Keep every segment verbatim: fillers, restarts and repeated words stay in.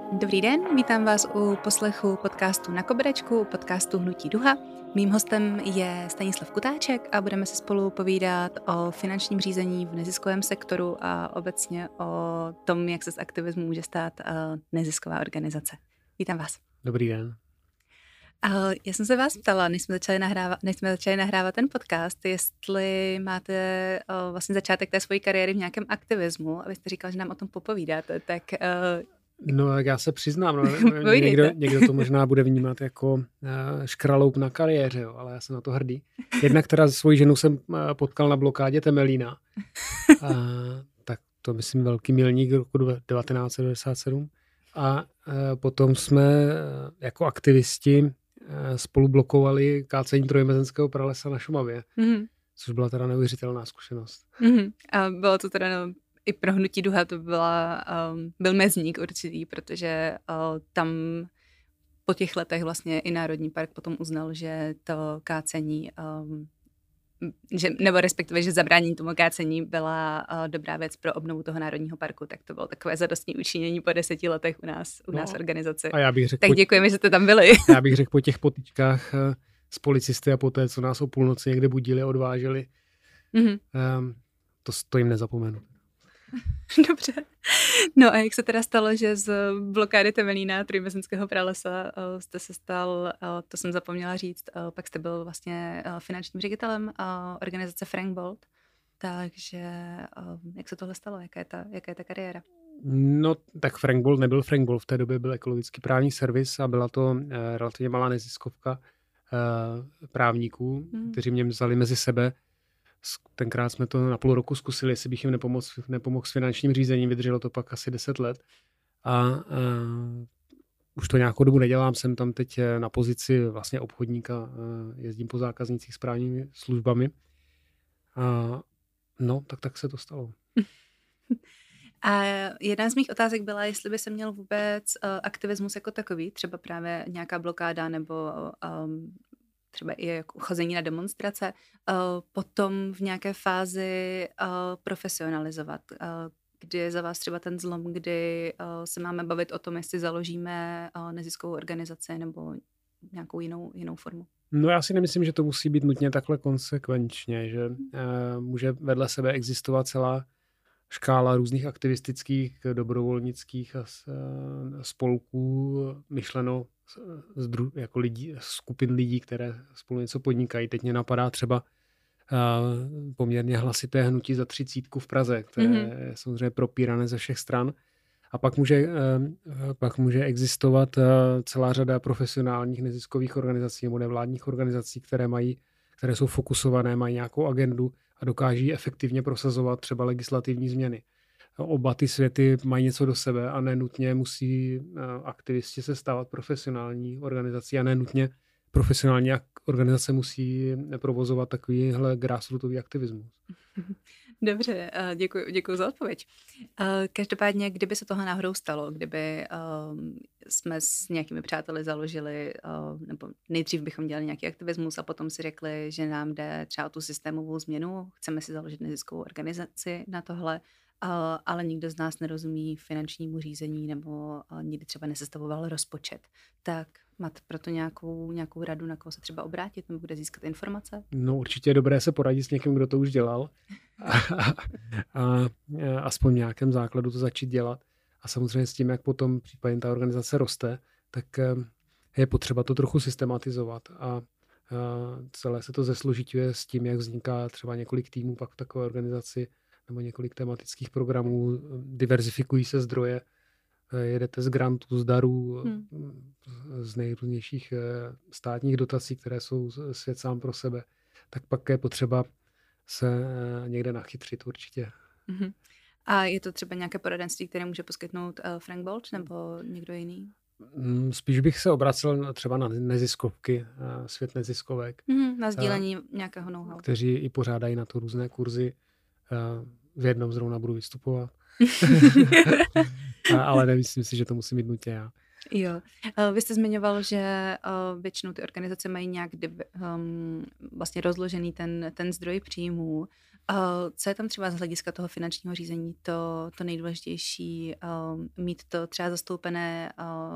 Dobrý den, vítám vás u poslechu podcastu Na koberečku, podcastu Hnutí Duha. Mým hostem je Stanislav Kutáček a budeme se spolu povídat o finančním řízení v neziskovém sektoru a obecně o tom, jak se z aktivismu může stát nezisková organizace. Vítám vás. Dobrý den. Já jsem se vás ptala, než jsme začali nahrávat, než jsme začali nahrávat ten podcast, jestli máte vlastně začátek té své kariéry v nějakém aktivismu, a vy jste říkal, že nám o tom popovídáte, tak... No, jak já se přiznám, no, někdo, někdo to možná bude vnímat jako uh, škraloup na kariéře, jo, ale já jsem na to hrdý. Jednak teda svoji ženu jsem uh, potkal na blokádě Temelína. Uh, tak to myslím velký milník roku devatenáct set devadesát sedm. A uh, potom jsme uh, jako aktivisti uh, spolu blokovali kácení trojmezenského pralesa na Šumavě, mm-hmm. což byla teda neuvěřitelná zkušenost. Mm-hmm. A bylo to teda... No... I pro Hnutí Duha to byla, um, byl mezník určitý, protože uh, tam po těch letech vlastně i Národní park potom uznal, že to kácení, um, že, nebo respektive, že zabránění tomu kácení byla uh, dobrá věc pro obnovu toho Národního parku, tak to bylo takové zadostní učinění po deseti letech u nás, u no, nás organizace. A já bych řekl, tak děkujeme, po, že jste tam byli. Já bych řekl po těch potyčkách uh, s policisty a poté, co nás o půlnoci někde budili, odváželi, mm-hmm. um, to, to jim nezapomenu. Dobře. No a jak se teda stalo, že z blokády Temelína, trojmezenského pralesa, uh, jste se stal, uh, to jsem zapomněla říct, uh, pak jste byl vlastně uh, finančním ředitelem uh, organizace Frank Bold, takže uh, jak se tohle stalo, jaká je ta, jaká je ta kariéra? No, tak Frank Bold nebyl Frank Bold, v té době byl ekologický právní servis a byla to uh, relativně malá neziskovka uh, právníků, hmm. kteří mě vzali mezi sebe. Tenkrát jsme to na půl roku zkusili, jestli bych jim nepomohl, nepomohl s finančním řízením, vydrželo to pak asi deset let. A, a už to nějakou dobu nedělám, jsem tam teď na pozici vlastně obchodníka, jezdím po zákaznicích s právními službami. A no, tak tak se to stalo. A jedna z mých otázek byla, jestli by se měl vůbec uh, aktivismus jako takový, třeba právě nějaká blokáda nebo... Um, třeba i jako uchození na demonstrace, uh, potom v nějaké fázi uh, profesionalizovat, uh, kdy je za vás třeba ten zlom, kdy uh, se máme bavit o tom, jestli založíme uh, neziskovou organizaci nebo nějakou jinou, jinou formu. No já si nemyslím, že to musí být nutně takhle konsekvenčně, že uh, může vedle sebe existovat celá škála různých aktivistických, dobrovolnických a uh, spolků, myšleno z dru- jako lidí, skupin lidí, které spolu něco podnikají. Teď mě napadá třeba uh, poměrně hlasité hnutí za třicítku v Praze, které mm-hmm. je samozřejmě propírané ze všech stran. A pak může, uh, pak může existovat uh, celá řada profesionálních neziskových organizací nebo nevládních organizací, které mají, které jsou fokusované, mají nějakou agendu a dokáží efektivně prosazovat třeba legislativní změny. Oba ty světy mají něco do sebe a nenutně musí aktivisti se stávat profesionální organizací a nenutně profesionální organizace musí provozovat takovýhle grassrootový aktivismus. Dobře, děkuji, děkuji za odpověď. Každopádně, kdyby se tohle náhodou stalo, kdyby jsme s nějakými přáteli založili, nebo nejdřív bychom dělali nějaký aktivismus a potom si řekli, že nám jde třeba o tu systémovou změnu, chceme si založit neziskovou organizaci na tohle, ale nikdo z nás nerozumí finančnímu řízení nebo nikdy třeba nesestavoval rozpočet. Tak máte proto nějakou, nějakou radu, na koho se třeba obrátit nebo kde získat informace? No určitě je dobré se poradit s někým, kdo to už dělal a, a, a aspoň v nějakém základu to začít dělat. A samozřejmě s tím, jak potom případně ta organizace roste, tak je potřeba to trochu systematizovat a, a celé se to zesložiťuje s tím, jak vzniká třeba několik týmů pak v takové organizaci nebo několik tematických programů, diverzifikují se zdroje, jedete z grantů, z darů, hmm. z nejrůznějších státních dotací, které jsou svět sám pro sebe, tak pak je potřeba se někde nachytřit určitě. Hmm. A je to třeba nějaké poradenství, které může poskytnout Frank Bold nebo někdo jiný? Spíš bych se obracel třeba na neziskovky, svět neziskovek. Hmm, na sdílení nějakého know-how. Kteří i pořádají na to různé kurzy. V jednom zrovna budu vystupovat. Ale nemyslím si, že to musí být nutně já. Jo. Vy jste zmiňoval, že většinou ty organizace mají nějak um, vlastně rozložený ten, ten zdroj příjmů. Co je tam třeba z hlediska toho finančního řízení to, to nejdůležitější, mít to třeba zastoupené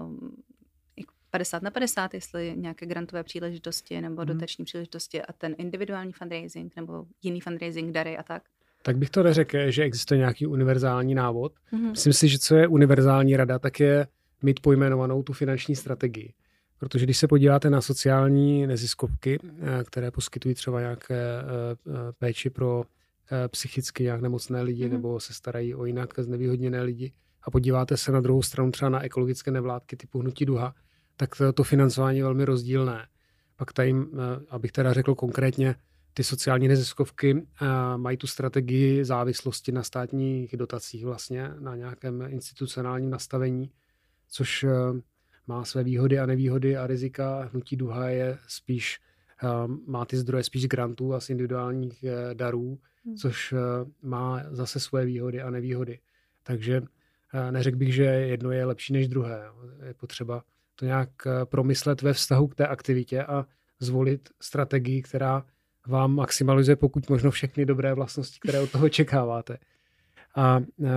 padesát na padesát, jestli nějaké grantové příležitosti nebo Hmm. dotační příležitosti a ten individuální fundraising nebo jiný fundraising, dary a tak? Tak bych to neřekl, že existuje nějaký univerzální návod. Mm-hmm. Myslím si, že co je univerzální rada, tak je mít pojmenovanou tu finanční strategii. Protože když se podíváte na sociální neziskovky, které poskytují třeba nějaké péči pro psychicky nějak nemocné lidi mm-hmm. nebo se starají o jinak znevýhodněné lidi a podíváte se na druhou stranu třeba na ekologické nevládky typu Hnutí Duha, tak to, to financování je velmi rozdílné. Pak tady, abych teda řekl konkrétně, ty sociální neziskovky uh, mají tu strategii závislosti na státních dotacích vlastně, na nějakém institucionálním nastavení, což uh, má své výhody a nevýhody a rizika. Hnutí Duha je spíš, uh, má ty zdroje spíš z grantů a z individuálních uh, darů, hmm. což uh, má zase své výhody a nevýhody. Takže uh, neřekl bych, že jedno je lepší než druhé. Je potřeba to nějak uh, promyslet ve vztahu k té aktivitě a zvolit strategii, která vám maximalizuje pokud možno všechny dobré vlastnosti, které od toho očekáváte. A, a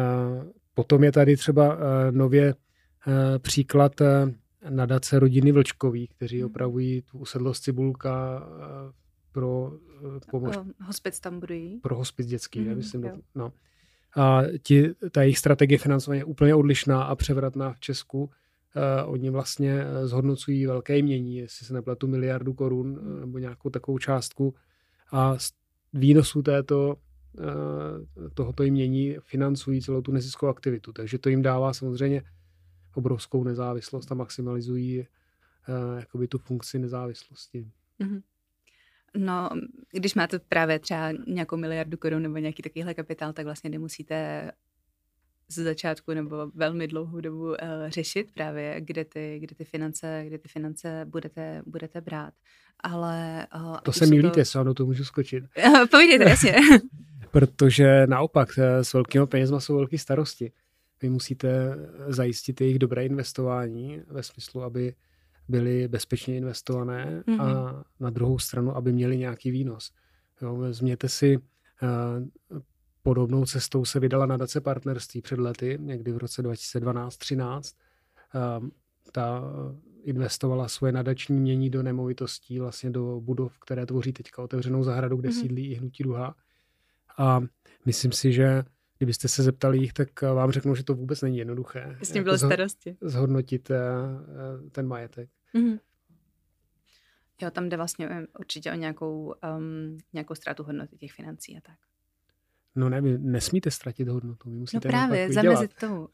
potom je tady třeba a, nově a, příklad a, nadace rodiny Vlčkových, kteří opravují tu usedlost Cibulka a, pro pomoc. Hospic tam budují. Pro hospic dětský, mm, myslím. Jo. No. A ti, ta jejich strategie financování je úplně odlišná a převratná v Česku. Uh, oni vlastně zhodnocují velké jmění, jestli se nepletu miliardu korun uh, nebo nějakou takovou částku a z výnosů této, uh, tohoto jmění financují celou tu neziskovou aktivitu. Takže to jim dává samozřejmě obrovskou nezávislost a maximalizují uh, jakoby tu funkci nezávislosti. Mm-hmm. No, když máte právě třeba nějakou miliardu korun nebo nějaký takovýhle kapitál, tak vlastně nemusíte z začátku nebo velmi dlouhou dobu uh, řešit právě, kde ty, kde ty finance, kde ty finance budete, budete brát. Ale uh, to se mýlíte, to... ano, to můžu skočit. Povídejte, jasně. Protože naopak s velkými penězma jsou velké starosti. Vy musíte zajistit jejich dobré investování ve smyslu, aby byly bezpečně investované mm-hmm. a na druhou stranu, aby měli nějaký výnos. Jo, vezměte si uh, podobnou cestou se vydala nadace Partnerství před lety, někdy v roce dva tisíce dvanáct třináct. Ta investovala svoje nadační mění do nemovitostí, vlastně do budov, které tvoří teďka otevřenou zahradu, kde mm-hmm. sídlí i Hnutí Duha. A myslím si, že kdybyste se zeptali jich, tak vám řeknou, že to vůbec není jednoduché. S tím bylo starosti. Zhodnotit ten majetek. Mm-hmm. Jo, tam jde vlastně určitě o nějakou, um, nějakou ztrátu hodnoty těch financí a tak. No ne, vy nesmíte ztratit hodnotu. Vy musíte no právě, zamezit tomu.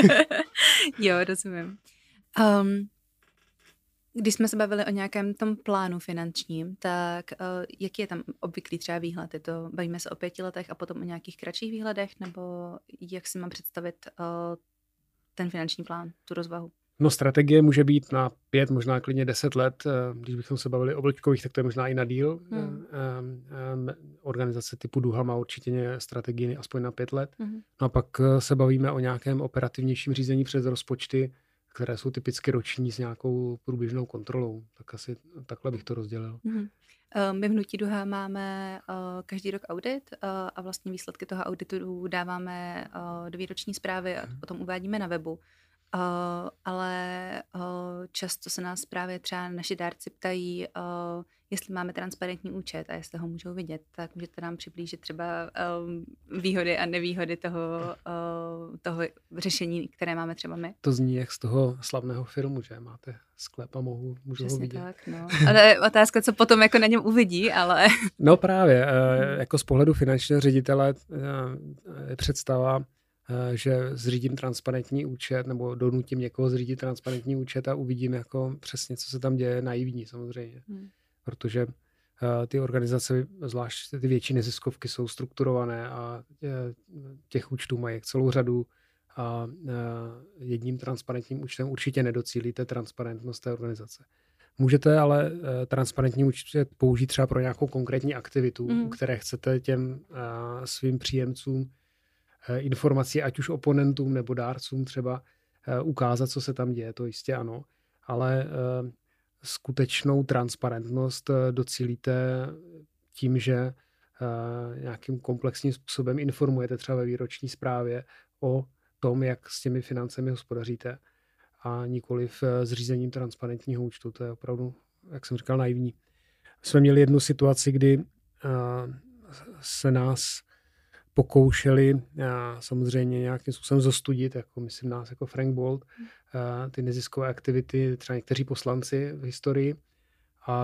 Jo, rozumím. Um, když jsme se bavili o nějakém tom plánu finančním, tak uh, jaký je tam obvyklý třeba výhled? Je to, bavíme se o pěti letech a potom o nějakých kratších výhledech, nebo jak si mám představit uh, ten finanční plán, tu rozvahu? No strategie může být na pět, možná klidně deset let. Když bychom se bavili o Vlčkových, tak to je možná i na díl. Hmm. Organizace typu Duha má určitě strategii aspoň na pět let. Hmm. No a pak se bavíme o nějakém operativnějším řízení přes rozpočty, které jsou typicky roční s nějakou průběžnou kontrolou. Tak asi takhle bych to rozdělil. Hmm. My v Hnutí Duha máme každý rok audit a vlastně výsledky toho auditu dáváme do výroční zprávy a potom uvádíme na webu. Uh, ale uh, často se nás právě třeba naši dárci ptají, uh, jestli máme transparentní účet a jestli ho můžou vidět, tak můžete nám přiblížit třeba um, výhody a nevýhody toho, uh, toho řešení, které máme třeba my. To zní jak z toho slavného filmu, že máte sklep a mohu, můžu Přesně ho vidět. Tak, no. Ale otázka, co potom jako na něm uvidí, ale... No právě, uh, jako z pohledu finančního ředitele uh, je představa, že zřídím transparentní účet nebo donutím někoho zřídit transparentní účet a uvidím jako přesně, co se tam děje, naivní samozřejmě. Hmm. Protože uh, ty organizace, zvlášť ty větší neziskovky, jsou strukturované a uh, těch účtů mají celou řadu a uh, jedním transparentním účtem určitě nedocílíte transparentnost té organizace. Můžete ale uh, transparentní účet použít třeba pro nějakou konkrétní aktivitu, hmm. u které chcete těm uh, svým příjemcům informací, ať už oponentům nebo dárcům třeba ukázat, co se tam děje, to jistě ano, ale skutečnou transparentnost docílíte tím, že nějakým komplexním způsobem informujete třeba ve výroční zprávě o tom, jak s těmi financemi hospodaříte a nikoliv zřízením transparentního účtu. To je opravdu, jak jsem říkal, naivní. Jsme měli jednu situaci, kdy se nás pokoušeli samozřejmě nějakým způsobem zostudit, jako myslím nás jako Frank Bold, ty neziskové aktivity, třeba někteří poslanci v historii. A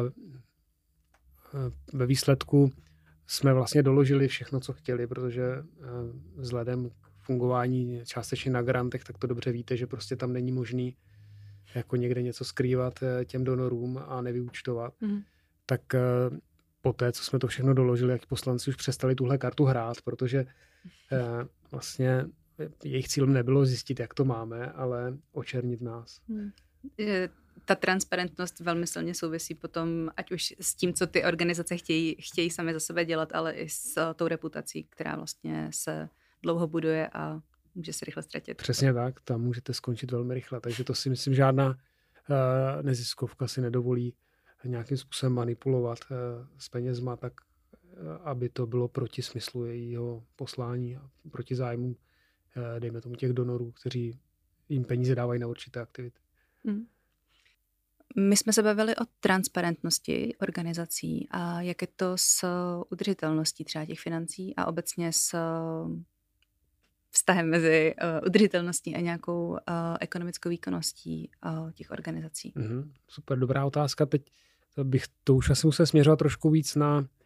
ve výsledku jsme vlastně doložili všechno, co chtěli, protože vzhledem k fungování částečně na grantech, tak to dobře víte, že prostě tam není možný jako někde něco skrývat těm donorům a nevyúčtovat. Mm. Tak poté, co jsme to všechno doložili, jak poslanci už přestali tuhle kartu hrát, protože vlastně jejich cílem nebylo zjistit, jak to máme, ale očernit nás. Mm. Ta transparentnost velmi silně souvisí potom, ať už s tím, co ty organizace chtějí, chtějí sami za sebe dělat, ale i s tou reputací, která vlastně se dlouho buduje a může se rychle ztratit. Přesně tak, tam můžete skončit velmi rychle, takže to si myslím, žádná uh, neziskovka si nedovolí nějakým způsobem manipulovat uh, s penězma, tak uh, aby to bylo proti smyslu jejího poslání a proti zájmu, uh, dejme tomu těch donorů, kteří jim peníze dávají na určité aktivity. Hmm. My jsme se bavili o transparentnosti organizací a jak je to s udržitelností třeba těch financí a obecně s vztahem mezi uh, udržitelností a nějakou uh, ekonomickou výkonností uh, těch organizací. Mm-hmm. Super, dobrá otázka. Teď bych to už asi musel směřovat trošku víc na uh,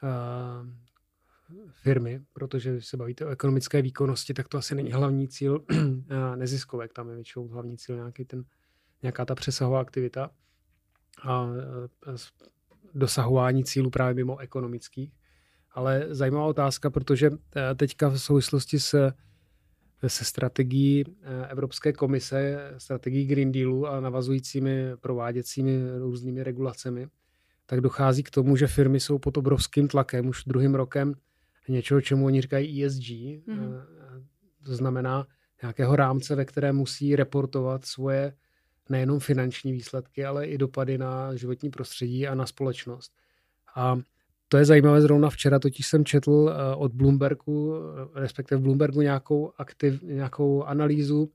firmy, protože když se bavíte o ekonomické výkonnosti, tak to asi není hlavní cíl neziskovek. Tam je většinou hlavní cíl nějaký ten, nějaká ta přesahová aktivita a uh, dosahování cílů právě mimo ekonomických. Ale zajímavá otázka, protože teďka v souvislosti s se strategií Evropské komise, strategií Green Dealu a navazujícími prováděcími různými regulacemi, tak dochází k tomu, že firmy jsou pod obrovským tlakem už druhým rokem něčeho, čemu oni říkají E S G. Mm-hmm. To znamená nějakého rámce, ve kterém musí reportovat svoje nejenom finanční výsledky, ale i dopady na životní prostředí a na společnost. A to je zajímavé, zrovna včera totiž jsem četl od Bloombergu, respektive v Bloombergu nějakou, aktiv, nějakou analýzu,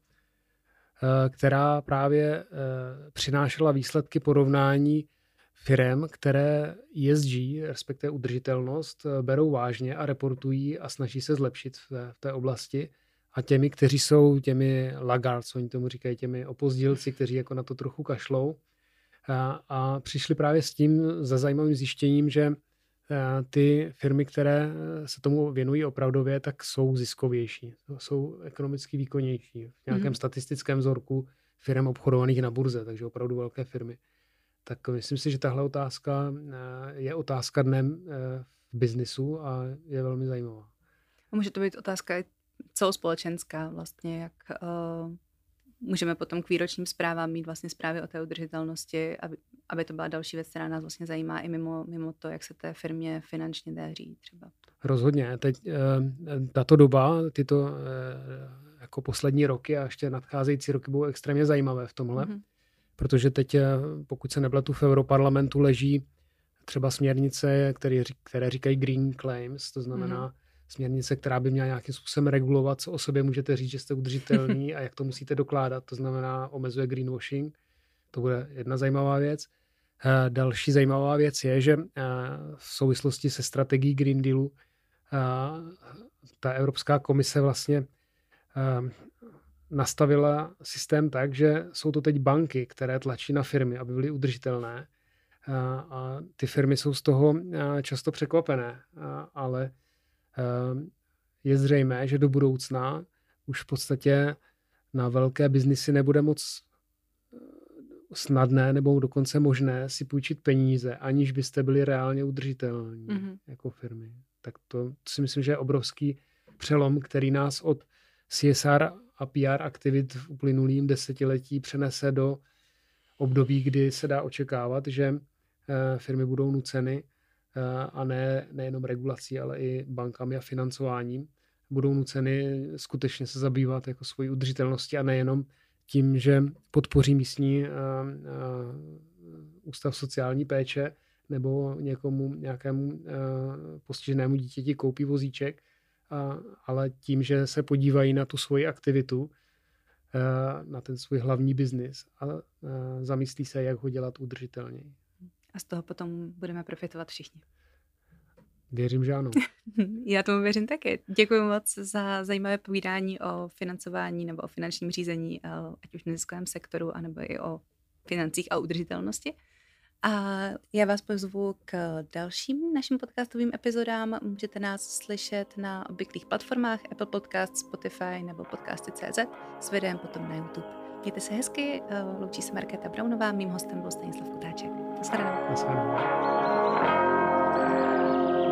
která právě přinášela výsledky porovnání firem, které E S G, respektive udržitelnost, berou vážně a reportují a snaží se zlepšit v té oblasti. A těmi, kteří jsou těmi laggards, oni tomu říkají, těmi opozdilci, kteří jako na to trochu kašlou. A, a přišli právě s tím za zajímavým zjištěním, že ty firmy, které se tomu věnují opravdově, tak jsou ziskovější, jsou ekonomicky výkonnější v nějakém mm. statistickém vzorku firm obchodovaných na burze, takže opravdu velké firmy. Tak myslím si, že tahle otázka je otázka dnem v biznisu a je velmi zajímavá. A může to být otázka celospolečenská vlastně, jak uh, můžeme potom k výročním zprávám mít vlastně zprávy o té udržitelnosti, aby, aby to byla další věc, která nás vlastně zajímá i mimo, mimo to, jak se té firmě finančně daří třeba. Rozhodně. Teď tato doba, tyto jako poslední roky a ještě nadcházející roky budou extrémně zajímavé v tomhle, mm-hmm. protože teď, pokud se nepletu, v Europarlamentu leží třeba směrnice, které, které říkají green claims, to znamená mm-hmm. směrnice, která by měla nějakým způsobem regulovat, co o sobě můžete říct, že jste udržitelný a jak to musíte dokládat. To znamená, omezuje greenwashing. To bude jedna zajímavá věc. Další zajímavá věc je, že v souvislosti se strategií Green Dealu ta Evropská komise vlastně nastavila systém tak, že jsou to teď banky, které tlačí na firmy, aby byly udržitelné. A ty firmy jsou z toho často překvapené, ale je zřejmé, že do budoucna už v podstatě na velké biznisy nebude moc snadné nebo dokonce možné si půjčit peníze, aniž byste byli reálně udržitelní mm-hmm. jako firmy. Tak to si myslím, že je obrovský přelom, který nás od C S R a P R aktivit v uplynulým desetiletí přenese do období, kdy se dá očekávat, že firmy budou nuceny a ne nejenom regulací, ale i bankami a financováním, budou nuceny skutečně se zabývat jako svojí udržitelností a nejenom tím, že podpoří místní uh, uh, ústav sociální péče nebo někomu, nějakému uh, postiženému dítěti koupí vozíček, a, ale tím, že se podívají na tu svoji aktivitu, uh, na ten svůj hlavní biznis a uh, zamyslí se, jak ho dělat udržitelněji. A z toho potom budeme profitovat všichni. Věřím, že ano. Já tomu věřím taky. Děkuji moc za zajímavé povídání o financování nebo o finančním řízení, ať už v neziskovém sektoru, anebo i o financích a udržitelnosti. A já vás pozvu k dalším našim podcastovým epizodám. Můžete nás slyšet na obvyklých platformách Apple Podcast, Spotify nebo podcasty tečka cé zet s videem potom na YouTube. Mějte se hezky, loučí se Markéta Braunová, mým hostem byl Stanislav Kutáček. Naschledanou. Naschledanou.